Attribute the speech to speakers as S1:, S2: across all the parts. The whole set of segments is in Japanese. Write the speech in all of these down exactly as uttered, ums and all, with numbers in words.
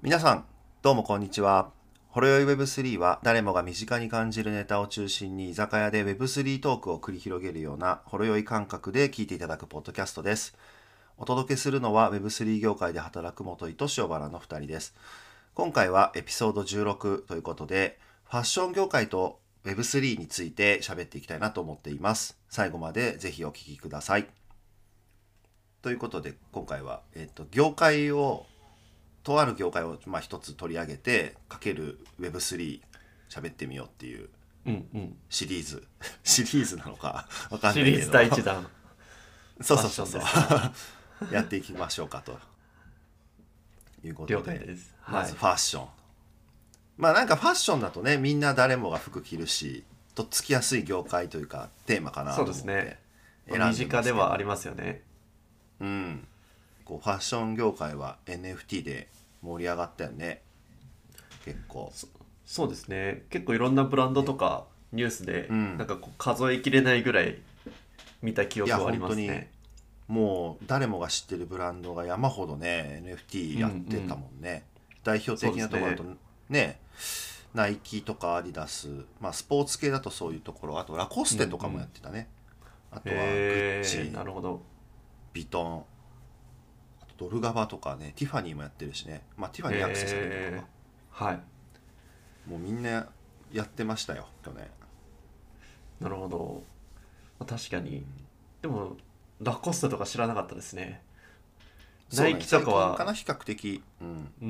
S1: 皆さん、どうもこんにちは。ほろよい ウェブスリー は誰もが身近に感じるネタを中心に居酒屋で ウェブスリー トークを繰り広げるようなほろよい感覚で聞いていただくポッドキャストです。お届けするのは ウェブスリー 業界で働く元井と塩原のふたりです。今回はエピソードじゅうろくということで、ファッション業界と ウェブスリー について喋っていきたいなと思っています。最後までぜひお聞きください。ということで、今回は、えっと、業界をとある業界をまあ一つ取り上げてかける ウェブスリー 喋ってみようっていう
S2: うんうん、
S1: シリーズシリーズなのかわかん
S2: シリーズ
S1: ないけど
S2: 第一弾
S1: そう
S2: ファッ
S1: そうそうそう
S2: ションですか？
S1: やっていきましょうかということ
S2: 了解
S1: で、
S2: です。
S1: まず
S2: はい。
S1: ファッション。まあなんかファッションだとね、みんな誰もが服着るしとっつきやすい業界というかテーマかな
S2: そう
S1: と思って
S2: ですね。まあ身
S1: 選んでますけど、
S2: 近ではありますよね。
S1: うんこうファッション業界は エヌエフティー で盛り上がったよね、結構
S2: そうですね。結構いろんなブランドとかニュースで
S1: うん
S2: なんかこう数えきれないぐらい見た記
S1: いや
S2: 憶はあり
S1: 本当に
S2: ますね。
S1: もう誰もが知ってるブランドが山ほどね エヌエフティー やってたもんね、うんうん、代表的なところだと ね, ねナイキとかアディダス、まあ、スポーツ系だとそういうところ、あとラコステとかもやってたね、うんうん、あとはグッチ、
S2: へえ、なるほど。
S1: ビトン、あとドルガバとかね、ティファニーもやってるしね、まあティファニーアクセサリーとか
S2: はい。
S1: もうみんなやってましたよ去年。
S2: なるほど。まあ確かに。でもラコステとか知らなかったですね。
S1: そうね、
S2: ナイキと
S1: 最
S2: かは、
S1: 近かな比較的、うん、
S2: うん、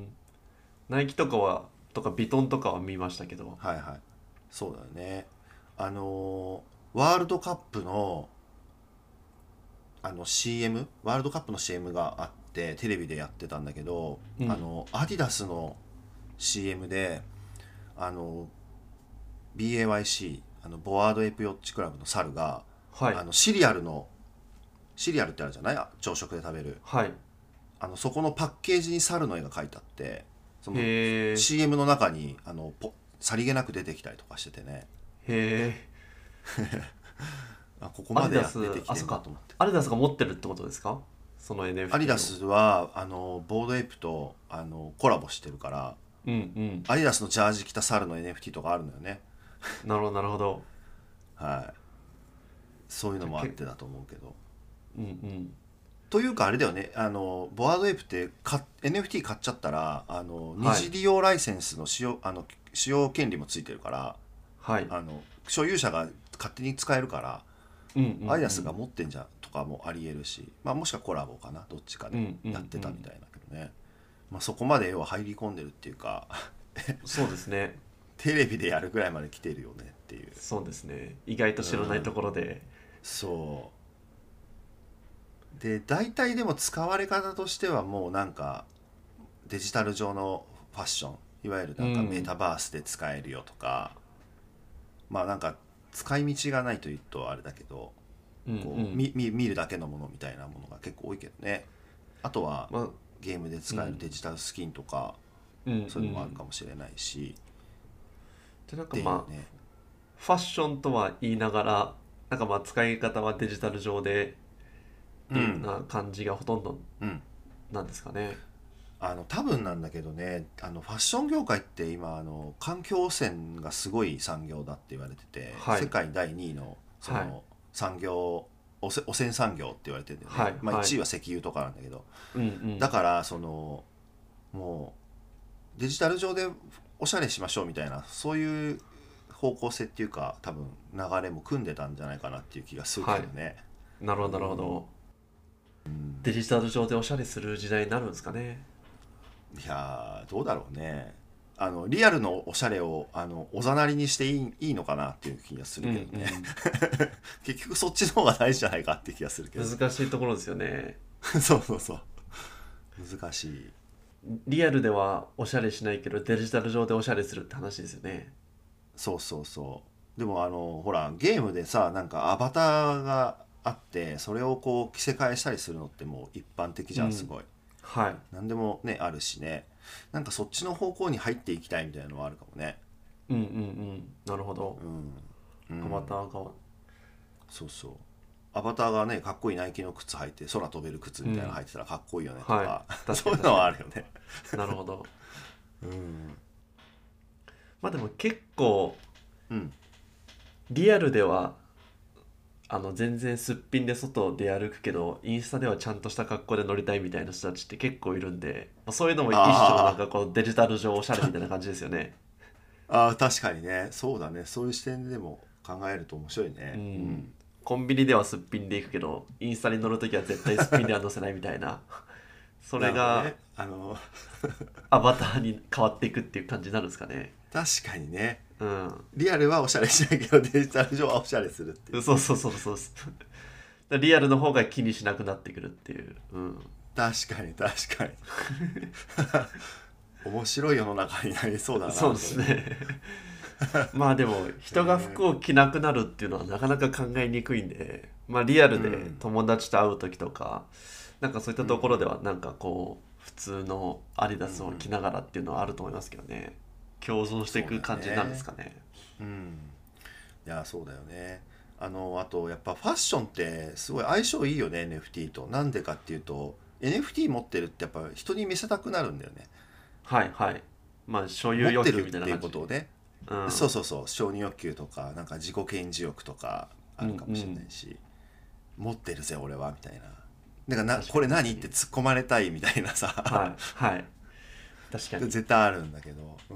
S2: ナイキとかはとかビトンとかは見ましたけど。
S1: はいはい、そうだよね。あのーワールドカップのあの シーエム ワールドカップの シーエム があってテレビでやってたんだけど、
S2: うん。
S1: あのアディダスの シーエム であの ビーエーワイシー あのボワードエプヨッチクラブの猿が
S2: はい。
S1: あのシリアルのシリアルってあるじゃない、朝食で食べる、
S2: はい。
S1: あのそこのパッケージに猿の絵が描いてあって、その
S2: へえ、
S1: シーエム の中にあのポさりげなく出てきたりとかしててね、
S2: へえ。
S1: あここ
S2: アディダス、
S1: までや出てき
S2: あ、そっか。
S1: てんだと思って。
S2: アディダスが持ってるってことですか？その
S1: アディ
S2: エヌエフティー を。
S1: ダスはあのボードエイプとあのコラボしてるから、
S2: うんうん。
S1: アディダスのジャージ着た猿の エヌエフティー とかあるのよね。
S2: なるほど、なるほど。
S1: はい。そういうの
S2: じゃけ、
S1: もあってだと思うけど。
S2: うんうん。
S1: というかあれだよね、あのボワードエイプってか エヌエフティー 買っちゃったらあの二
S2: はい。
S1: 次利用ライセンスの使用あの使用権利もついてるから、
S2: はい。
S1: あの所有者が勝手に使えるから、
S2: うんうん
S1: アディダスが
S2: うん。
S1: 持ってんじゃとかもありえるし、まあ、もしくはコラボかな、どっちかで
S2: うんうん
S1: やって
S2: うん。
S1: たみたいだけどね、まあ、そこまで要は入り込んでるっていうか
S2: そうですね。
S1: テレビでやるぐらいまで来てるよねっていう。
S2: そうですね。意外と知らないと
S1: うん、
S2: ころで。
S1: そうで大体でも使われ方としてはもうなんかデジタル上のファッション、いわゆる
S2: う
S1: なんかメタ
S2: ん。
S1: バースで使えるよとか、まあなんか使い道がないというとあれだけど、
S2: うんう
S1: こう
S2: ん。
S1: 見見見るだけのものみたいなものが結構多いけどね。あとは
S2: まあ、
S1: ゲームで使える
S2: うん。
S1: デジタルスキンとか
S2: うんう
S1: そういうのもある
S2: ん。
S1: かもしれないし
S2: で、なん
S1: ってい
S2: かまあ、
S1: うね。
S2: ファッションとは言いながら、なんかまあ使い方はデジタル上でっていう
S1: うん
S2: な感じがほとんど
S1: うん
S2: なんですかね。
S1: あの多分なんだけどね、あのファッション業界って今あの環境汚染がすごい産業だって言われてて、世
S2: はい。
S1: 界だいにいのそ
S2: はい。
S1: の産業、汚染汚染産業って言われてるんだよね。
S2: はい
S1: まあ、
S2: はい。
S1: いちいは石油とかなんだけど、
S2: うんうん。
S1: だからそのもうデジタル上でおしゃれしましょうみたいな、そういう方向性っていうか多分流れも組んでたんじゃないかなっていう気がするけ
S2: はい。
S1: どね。
S2: なるほどなるほ
S1: うん、
S2: ど。デジタル上でおしゃれする時代になるんですかね。
S1: いやーどうだろうね。あのリアルのおしゃれをあのおざなりにしていい、いいのかなっていう気がす
S2: うんう
S1: るけどね。
S2: ん。
S1: 結局そっちの方が大事じゃないかって気がするけど。
S2: 難しいところですよね。
S1: そうそうそう、難しい。
S2: リアルではおしゃれしないけどデジタル上でおしゃれするって話ですよね。
S1: そうそうそう。でもあのほらゲームでさ、なんかアバターがあってそれをこう着せ替えしたりするのってもう一般的じゃん、す
S2: うん。
S1: ごい。
S2: はい。
S1: 何でもねあるしね、なんかそっちの方向に入っていきたいみたいなのはあるかもね。
S2: うんうんうん。なるほど。
S1: うんう
S2: アバ
S1: ん、
S2: ターが。
S1: そうそう。 アバターがねかっこいいナイキの靴履いて空飛べる靴みたいなの履いてたらかっこいいよねとか、
S2: はい、確
S1: そういう
S2: かに確か
S1: のはあるよね。
S2: に。なるほど。
S1: うん
S2: まあでも結構
S1: うん
S2: リアルではあの全然すっぴんで外で歩くけどインスタではちゃんとした格好で乗りたいみたいな人たちって結構いるんで、まあ、そういうのも一種のなん
S1: あ
S2: かこうデジタル上おしゃれみたいな感じですよね。
S1: ああ確かにね、そうだね、そういう視点でも考えると面白い
S2: う
S1: ね。
S2: ん、コンビニではすっぴんで行くけどインスタに乗るときは絶対すっぴんでは載せないみたいなそ
S1: なるほど
S2: れが
S1: ね。あの
S2: アバターに変わっていくっていう感じになるんですかね。
S1: 確かにね、
S2: うん
S1: リアルはおしゃれしないけどデジタル上はおしゃれするっていう。
S2: そうそうそうそうそうリアルの方が気にしなくなってくるっていう、うん、
S1: 確かに確かに面白い世の中になりそうだな。
S2: そうですね。まあでも人が服を着なくなるっていうのはなかなか考えにくいんで、まあリアルで友達と会う時とか、なんかそういったところではなんかこう普通のアディダスを着ながらっていうのはあると思いますけどね。共存していく感じなんですかね。
S1: うん、いやそうだよね。あのあとやっぱファッションってすごい相性いいよね エヌエフティー と。なんでかっていうと エヌエフティー 持ってるってやっぱ人に見せたくなるんだよね。
S2: はいはい。まあ所有
S1: 持って
S2: 欲求
S1: るっていう
S2: みたいな感じ。
S1: ことをね。
S2: うん
S1: そうそうそう、承認欲求とかなんか自己顕示欲とかあるかもしれないし、持ってるぜ俺はみたいな。なんかな
S2: 確かに
S1: これ何って突っ込まれたいみたいなさ
S2: はいはい確かに。
S1: 絶対あるんだけど、うん、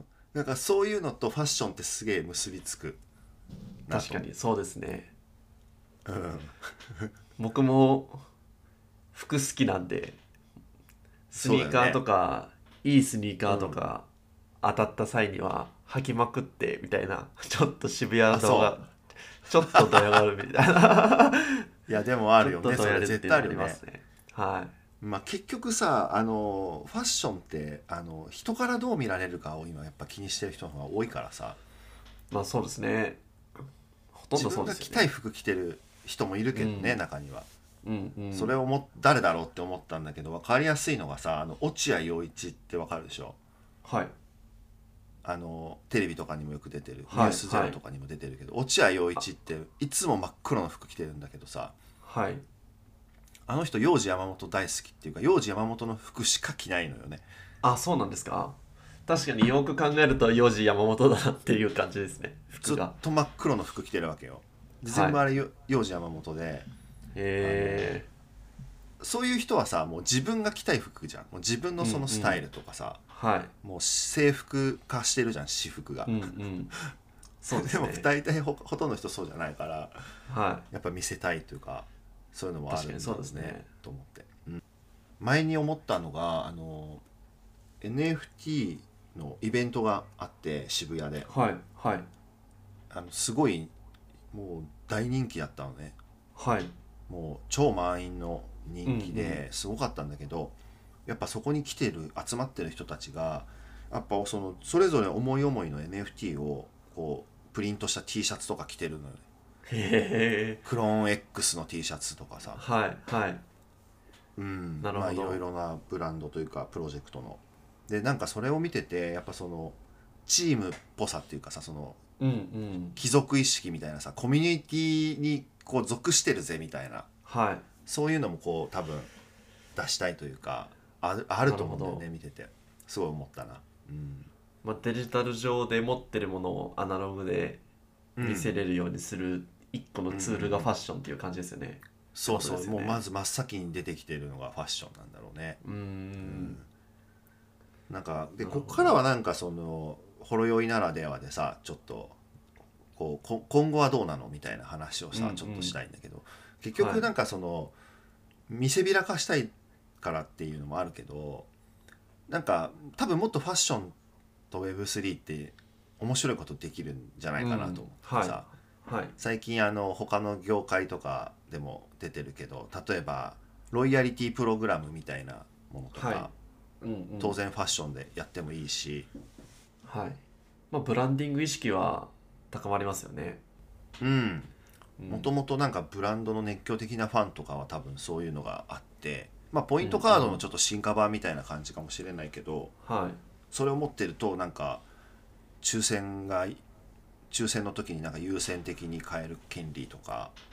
S1: なんかそういうのとファッションってすげえ結びつくなと。
S2: 確かにそうですね。
S1: うん、
S2: 僕も服好きなんでスニーカーと
S1: か、
S2: か、いいスニーカーとか当たった際には履きまくってみたいな、ちょっと渋谷
S1: あそ
S2: 動画ちょっとドヤがるみたいな
S1: ういやでもあ
S2: ちょっと
S1: るよね、そ
S2: ドヤるって
S1: れ絶
S2: いうのはあり
S1: 対あるよね。
S2: ますね。は
S1: まあ結局さ、あのファッションってあの人からどう見られるかを今やっぱ気にしてる人の方が多いからさ、
S2: い。まあそうですね。ほとん
S1: 自
S2: どそ
S1: 分が着たい
S2: うですよね。
S1: 服着てる人もいるけどね、
S2: うん
S1: 中には。
S2: うんうん。
S1: それをも誰だろうって思ったんだけど分かりやすいのがさ、あの落合陽一って分かるでしょ。
S2: はい
S1: あのテレビとかにもよく出てる、
S2: はい
S1: ニュースゼロとかにも出てるけど、落合陽一っていつも真っ黒の服着てるんだけどさ、
S2: はい。
S1: あの人幼児山本大好きっていうか幼児山本の服しか着ないのよね。
S2: あ、そうなんですか。確かによく考えると幼児山本だなっていう感じですね、
S1: ずっ
S2: 服が。
S1: と真っ黒の服着てるわけよ。で
S2: はい
S1: 全部あれよ幼児山本で、
S2: へえ
S1: そういう人はさもう自分が着たい服じゃん。もう自分のそのスタイルとかさ、
S2: はい。
S1: もう制服化してるじゃん、私服が。
S2: うんうんそうで
S1: ですも
S2: ね。
S1: 大体ほほとんどの人そうじゃないから、
S2: は
S1: やっぱ見せたいというかそういうのもあるんだろ
S2: 確かにそうです
S1: うね
S2: ね
S1: と思って、うん、前に思ったのがあの エヌエフティー のイベントがあって渋谷で、
S2: いはいはい
S1: あのすごいもう大人気だったのね。
S2: はい
S1: もう超満員の人気
S2: うんう
S1: ですごかったんだけど、やっぱそこに来てる集まってる人たちがやっぱそのそれぞれ思い思いの エヌエフティー をこうプリントした T シャツとか着てるのよね。
S2: へえ
S1: クローン X の T シャツとかさ、
S2: はいはい
S1: うん、
S2: なるほど
S1: まあいろいろなブランドというかプロジェクトので、なんかそれを見ててやっぱそのチームっぽさっていうかさ、その
S2: うんうん
S1: 貴族意識みたいなさ、コミュニティにこう属してるぜみたいな、
S2: はい
S1: そういうのもこう多分出したいというかあるあると思うんだよね。
S2: なるほど
S1: 見ててすごい思ったな。うん
S2: まあ、デジタル上で持ってるものをアナログで
S1: うん
S2: 見せれるようにする一個のツールがファッションっていう感じですよね。
S1: そうそう、
S2: そうですよね
S1: もうまず真っ先に出てきてるのがファッションなんだろうね。
S2: うーん
S1: なんかで
S2: なるほど
S1: こっからはなんかそのほろ酔いならではでさ、ちょっとこうこ今後はどうなのみたいな話をさ、
S2: うんうん
S1: ちょっとしたいんだけど、結
S2: はい
S1: 局なんかその見せびらかしたいからっていうのもあるけど、なんか多分もっとファッションと ウェブスリー って面白いことできるんじゃないかなと思ってさ、
S2: うんはい
S1: 最近あの他の業界とかでも出てるけど、例えばロイヤリティプログラムみたいなものとか、
S2: はいうんうん
S1: 当然ファッションでやってもいいし、
S2: はいまあブランディング意識は高まりますよね。
S1: うん
S2: うん
S1: もともとなんかブランドの熱狂的なファンとかは多分そういうのがあって、まあポイントカードのちょっと進化版みたいな感じかもしれないけど、
S2: はい
S1: それを持ってるとなんか抽選が抽選の時になんか優先的に買える権利とか、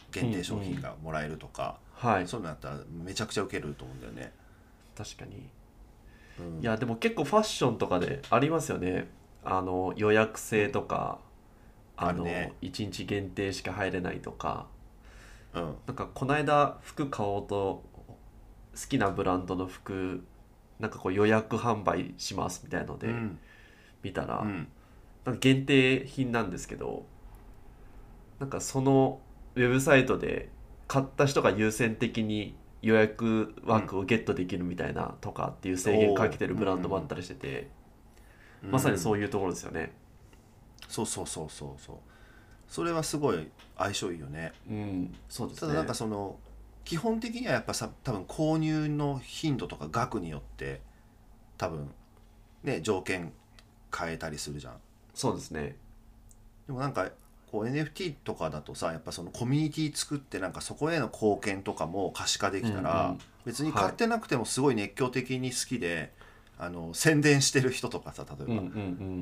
S1: 限定商品がもらえるとか、
S2: うんうん、はい、
S1: そういうのだったらめちゃくちゃウケると思うんだよね。
S2: 確かに、
S1: うん、
S2: いやでも結構ファッションとかでありますよね。あの予約制とか、うん、あの
S1: あるね、
S2: いちにち限定しか入れないとか、
S1: うん、
S2: なんかこの間服買おうと好きなブランドの服なんかこう予約販売しますみたいので
S1: うん
S2: 見たら、
S1: うん、
S2: なんか限定品なんですけど、なんかそのウェブサイトで買った人が優先的に予約枠をゲットできるみたいなとかっていう制限かけてるブランドもあったりしてて、
S1: うん、
S2: まさにそういうところですよね。
S1: そうそうそうそうそう、それはすごい相性いいよね。
S2: うん、そうですね。
S1: ただなんかその基本的にはやっぱさ、多分購入の頻度とか額によって多分ね条件変えたりするじゃん。
S2: そうですね。
S1: でもなんかこう エヌエフティー とかだとさ、やっぱそのコミュニティ作ってなんかそこへの貢献とかも可視化できたら、
S2: うんうん、
S1: 別に買ってなくてもすごい熱狂的に好きで、あの宣伝してる人とかさ、例えば、
S2: うんうんうん、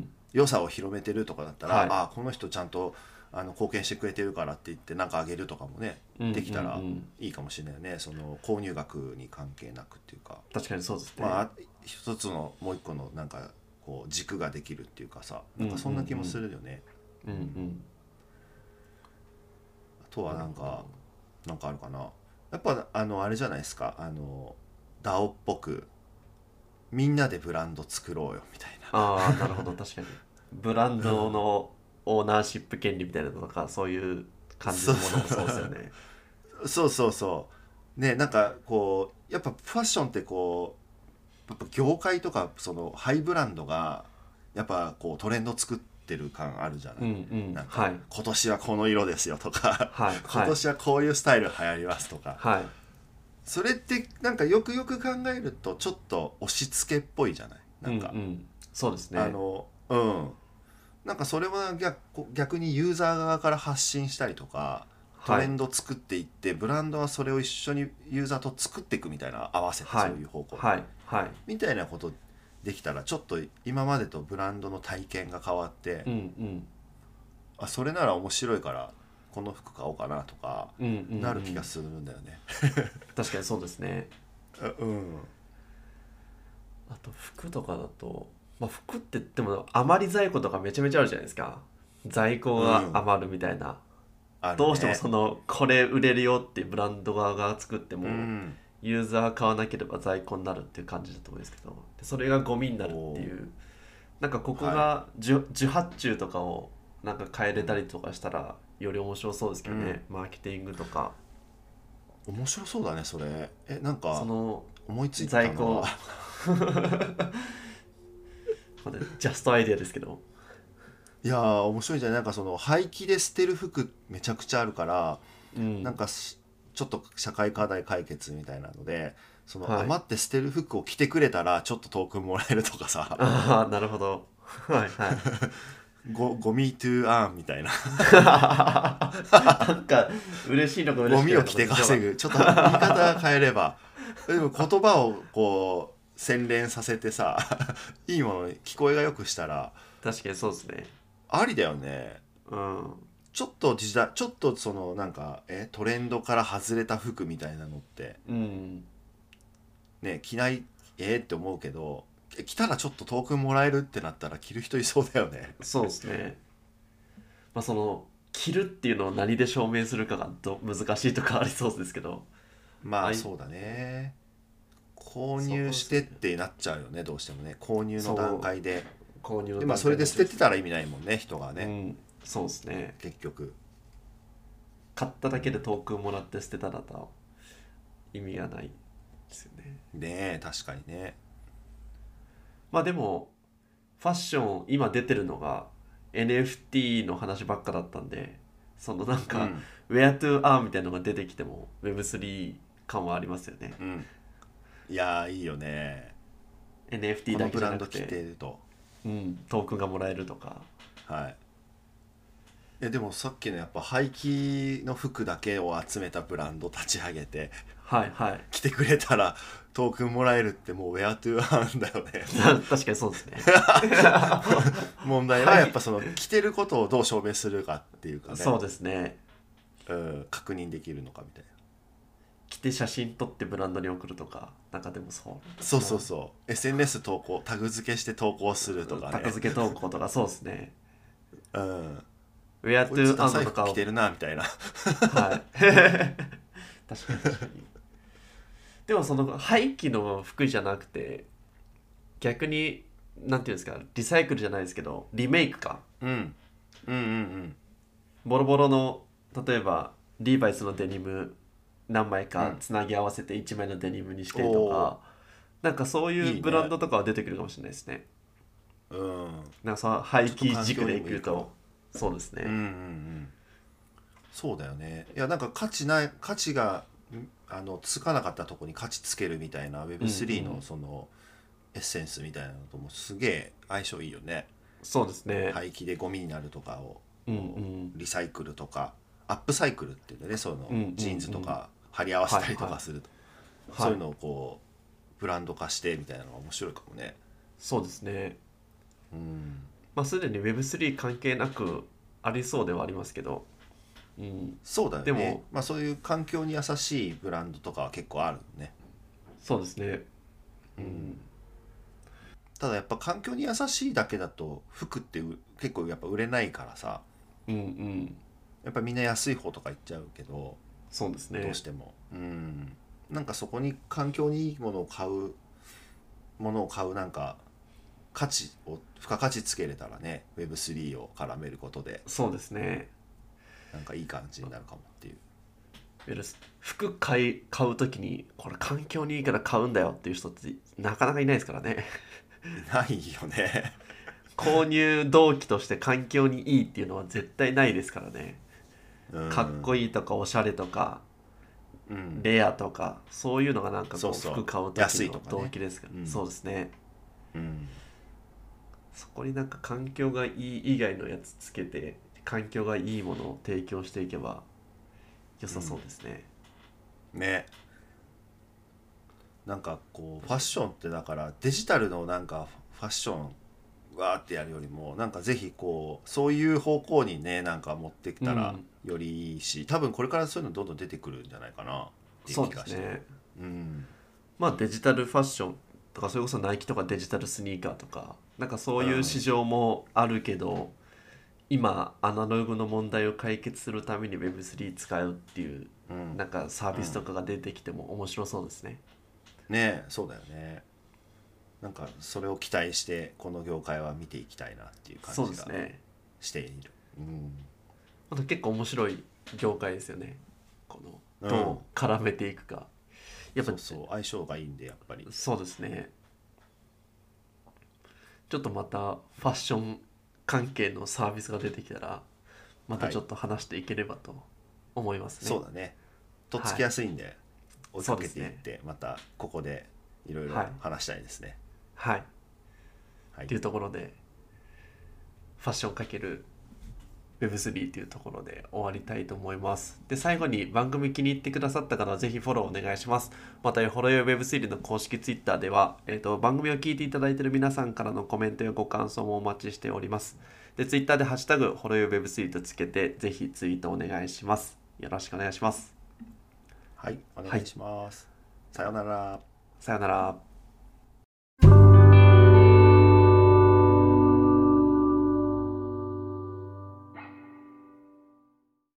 S1: 良さを広めてるとかだったら、
S2: はい、
S1: ああこの人ちゃんとあの貢献してくれてるからって言ってなんかあげるとかもね、
S2: うんうんうん、
S1: できたらいいかもしれないよね。その購入額に関係なくっていうか、
S2: 確かにそうですね。
S1: まあ一つのもう一個のなんかこう軸ができるっていうかさ、なんかそんな気もするよね。
S2: うんうんうん、
S1: あとはなんかなんかあるかな。やっぱあのあれじゃないですか、あの ダオ っぽくみんなでブランド作ろうよみたいな。
S2: ああ、なるほど、確かにブランドのオーナーシップ権利みたいなのとかそういう感じのものもそうですよね。
S1: そうそうそうね、なんかこうやっぱファッションってこうやっぱ業界とかそのハイブランドがやっぱこうトレンド作ってる感あるじゃない。
S2: うんうん、
S1: なんか、
S2: はい、
S1: 今年はこの色ですよとか、
S2: はい、
S1: 今年はこういうスタイル流行りますとか、
S2: はい、
S1: それってなんかよくよく考えるとちょっと押し付けっぽいじゃない。なんか、
S2: うんうん、そうですね。
S1: あのうんなんかそれは 逆, 逆にユーザー側から発信したりとかトレンド作っていって、はい、ブランドはそれを一緒にユーザーと作っていくみたいな、合わせてそういう方向、
S2: はいはいはい、
S1: みたいなことできたらちょっと今までとブランドの体験が変わって、
S2: うんうん、
S1: あそれなら面白いからこの服買おうかなとかなる気がするんだよね。
S2: うんうんうん、確かにそうですね。
S1: うん、
S2: あと服とかだと、まあ、服ってでも余り在庫とかめちゃめちゃあるじゃないですか。在庫が余るみたいな、うんね、どうしてもそのこれ売れるよっていうブランド側が作っても、うん、ユーザー買わなければ在庫になるっていう感じだと思うんですけど、それがゴミになるっていう、なんかここが受発注とかをなんか変えれたりとかしたらより面白そうですけどね、うん、マーケティングとか。
S1: 面白そうだねそれ。えなんか
S2: その
S1: 思いついたのは
S2: ジャストアイデアですけど、
S1: いやー面白いじゃない。なんかその廃棄で捨てる服めちゃくちゃあるから、うん、なんかちょっと社会課題解決みたいなので、その余って捨てる服を着てくれたらちょっとトークンもらえるとかさ。
S2: ああなるほど、はいはい
S1: ゴ, ゴミトゥーアーンみたいな
S2: なんか嬉しいのか嬉しいのか、
S1: ゴミを着て稼ぐ、ちょっと言い方変えればでも言葉をこう洗練させてさいいものに聞こえがよくしたら
S2: 確かにそうですね、
S1: ありだよね。
S2: うん、
S1: ちょっと時代ちょっとそのなんかえトレンドから外れた服みたいなのって、
S2: うん、
S1: ね着ないえー、って思うけど、着たらちょっとトークンもらえるってなったら着る人いそうだよね。
S2: そうですね。まあその着るっていうのを何で証明するかがど難しいとかありそうですけど、
S1: まあそうだね。購入してってなっちゃうよねどうしてもね。購入の段階で
S2: 購入の段階で、
S1: で、まあ、それで捨ててたら意味ないもんね人がね、
S2: うん、そうですね。
S1: 結局
S2: 買っただけでトークンもらって捨てたらと意味がないですよね。
S1: ねえ確かにね。
S2: まあでもファッション今出てるのが エヌエフティー の話ばっかだったんで、そのなんか、うん、Where to Earn みたいなのが出てきても ウェブスリー 感はありますよね、
S1: うん、いやーいいよね。
S2: エヌエフティー だけじゃなくて
S1: このブランド着てると、
S2: うん、トークンがもらえるとか。
S1: はい。えでもさっきのやっぱ廃棄の服だけを集めたブランド立ち上げて
S2: はいはい
S1: 来てくれたらトークンもらえるってもう Where to Earn だよね
S2: 確かにそうですね
S1: 問題はやっぱその着てることをどう証明するかっていうかね。
S2: そうですね。
S1: うん、確認できるのかみたいな。
S2: 着て写真撮ってブランドに送るとか、なんかでもそう
S1: そうそうそう エスエヌエス 投稿タグ付けして投稿するとかね。
S2: タグ付け投稿とかそうですね。
S1: うん、
S2: ウェアト
S1: こいつ
S2: ゥーアンドとかを
S1: ダサい服着てるなみたいな。
S2: はい確かに確かに。でもその廃棄の服じゃなくて逆になんていうんですか、リサイクルじゃないですけどリメイクか、
S1: うん、うんうんうん
S2: ボロボロの例えばリーバイスのデニム何枚
S1: うん
S2: かつなぎ合わせていちまいのデニムにしてと
S1: お
S2: か、なんかそうい
S1: いいね。
S2: うブランドとかは出てくるかもしれないですね。
S1: うん、
S2: なんかその廃棄
S1: ちょっと環境
S2: 軸でい
S1: にもいいかも。
S2: くとそうです
S1: うんうんう
S2: ね。
S1: ん、そうだよね。いやなんか価値ない価値がんあのつかなかったとこに価値つけるみたいな
S2: うんう
S1: ウェブスリー の
S2: ん。
S1: そのエッセンスみたいなのともすげえ相性いいよね。
S2: そうですね。
S1: 廃棄でゴミになるとかを
S2: うんう
S1: こ
S2: ん
S1: うリサイクルとかアップサイクルっていうんだね、その
S2: うんうん
S1: ジーンズ
S2: うん。
S1: とか貼り合わせたりと
S2: はいは
S1: かすると、
S2: いはい。
S1: そういうのをこうブランド化してみたいなのが面白いかもね。
S2: そうですね。
S1: うん
S2: まあすでに ウェブスリー 関係なくありそうではありますけど、うん、
S1: そうだよね。
S2: でも
S1: まあそういう環境に優しいブランドとかは結構あるね。
S2: そうですね。う
S1: うん
S2: ん、
S1: ただやっぱ環境に優しいだけだと服ってう結構やっぱ売れないからさ、
S2: うんうん、
S1: やっぱみんな安い方とか言っちゃうけど、
S2: そうですね。
S1: どうしてもうんなんかそこに環境にいいものを買うものを買うなんか価値を付加価値つけれたらね ウェブスリー を絡めることで
S2: そうですね。
S1: なんかいい感じになるかもっていう。
S2: ウェルス服買い買うときにこれ環境にいいから買うんだよっていう人ってなかなかいないですからね。
S1: いないよね。
S2: 購入動機として環境にいいっていうのは絶対ないですからね。
S1: う
S2: かっこ
S1: ん
S2: いいとかおしゃれとか
S1: うん
S2: レアとかそういうのがなんかこう
S1: そうそう
S2: 服買う時の
S1: 安いとかね。
S2: 動機ですから、
S1: うん
S2: そうですね。
S1: うん
S2: そこになんか環境がいい以外のやつつけて環境がいいものを提供していけば良さそうですね。
S1: ね、なんかこうファッションってだからデジタルのなんかファッションわーってやるよりもなんかぜひこうそういう方向にねなんか持ってきたら
S2: うん、
S1: よりいいし、多分これからそういうのどんどん出てくるんじゃないかなっていう
S2: そう
S1: 気がしてる。
S2: ですね。
S1: うん
S2: まあデジタルファッションとかそれこそナイキとかデジタルスニーカーとかなんかそういう市場もあるけど、今アナログの問題を解決するために ウェブスリー 使うっていう
S1: うん
S2: なんかサー
S1: うん
S2: ビスとかが出てきても面白そうですね。
S1: ね、そうだよね。なんかそれを期待してこの業界は見ていきたいなっていう感
S2: そうで
S1: じが
S2: すね。
S1: している。うん
S2: あと結構面白い業界ですよね。この
S1: うん
S2: どう絡めていくか。やっぱ
S1: そうそう相性がいいんでやっぱり。
S2: そうですね。ちょっとまたファッション関係のサービスが出てきたらまた
S1: はい
S2: ちょっと話していければと思いますね。
S1: そうだね。とっつきやすいんで、追いかけていっ
S2: そうです
S1: て、またここでいろいろ
S2: はい
S1: 話したいですね。
S2: はい。
S1: はい
S2: っていうところでファッションかける ウェブスリー というところで終わりたいと思います。で、最後に番組気に入ってくださった方はぜひフォローお願いします。また、ほろよい ウェブスリー の公式 Twitter では、えーと、番組を聞いていただいている皆さんからのコメントやご感想もお待ちしております。で、Twitter でハッシュタグ、ほろよい ウェブスリー とつけて、ぜひツイートお願いします。よろしくお願いします。
S1: はい、お願いします。さようなら。
S2: さよなら。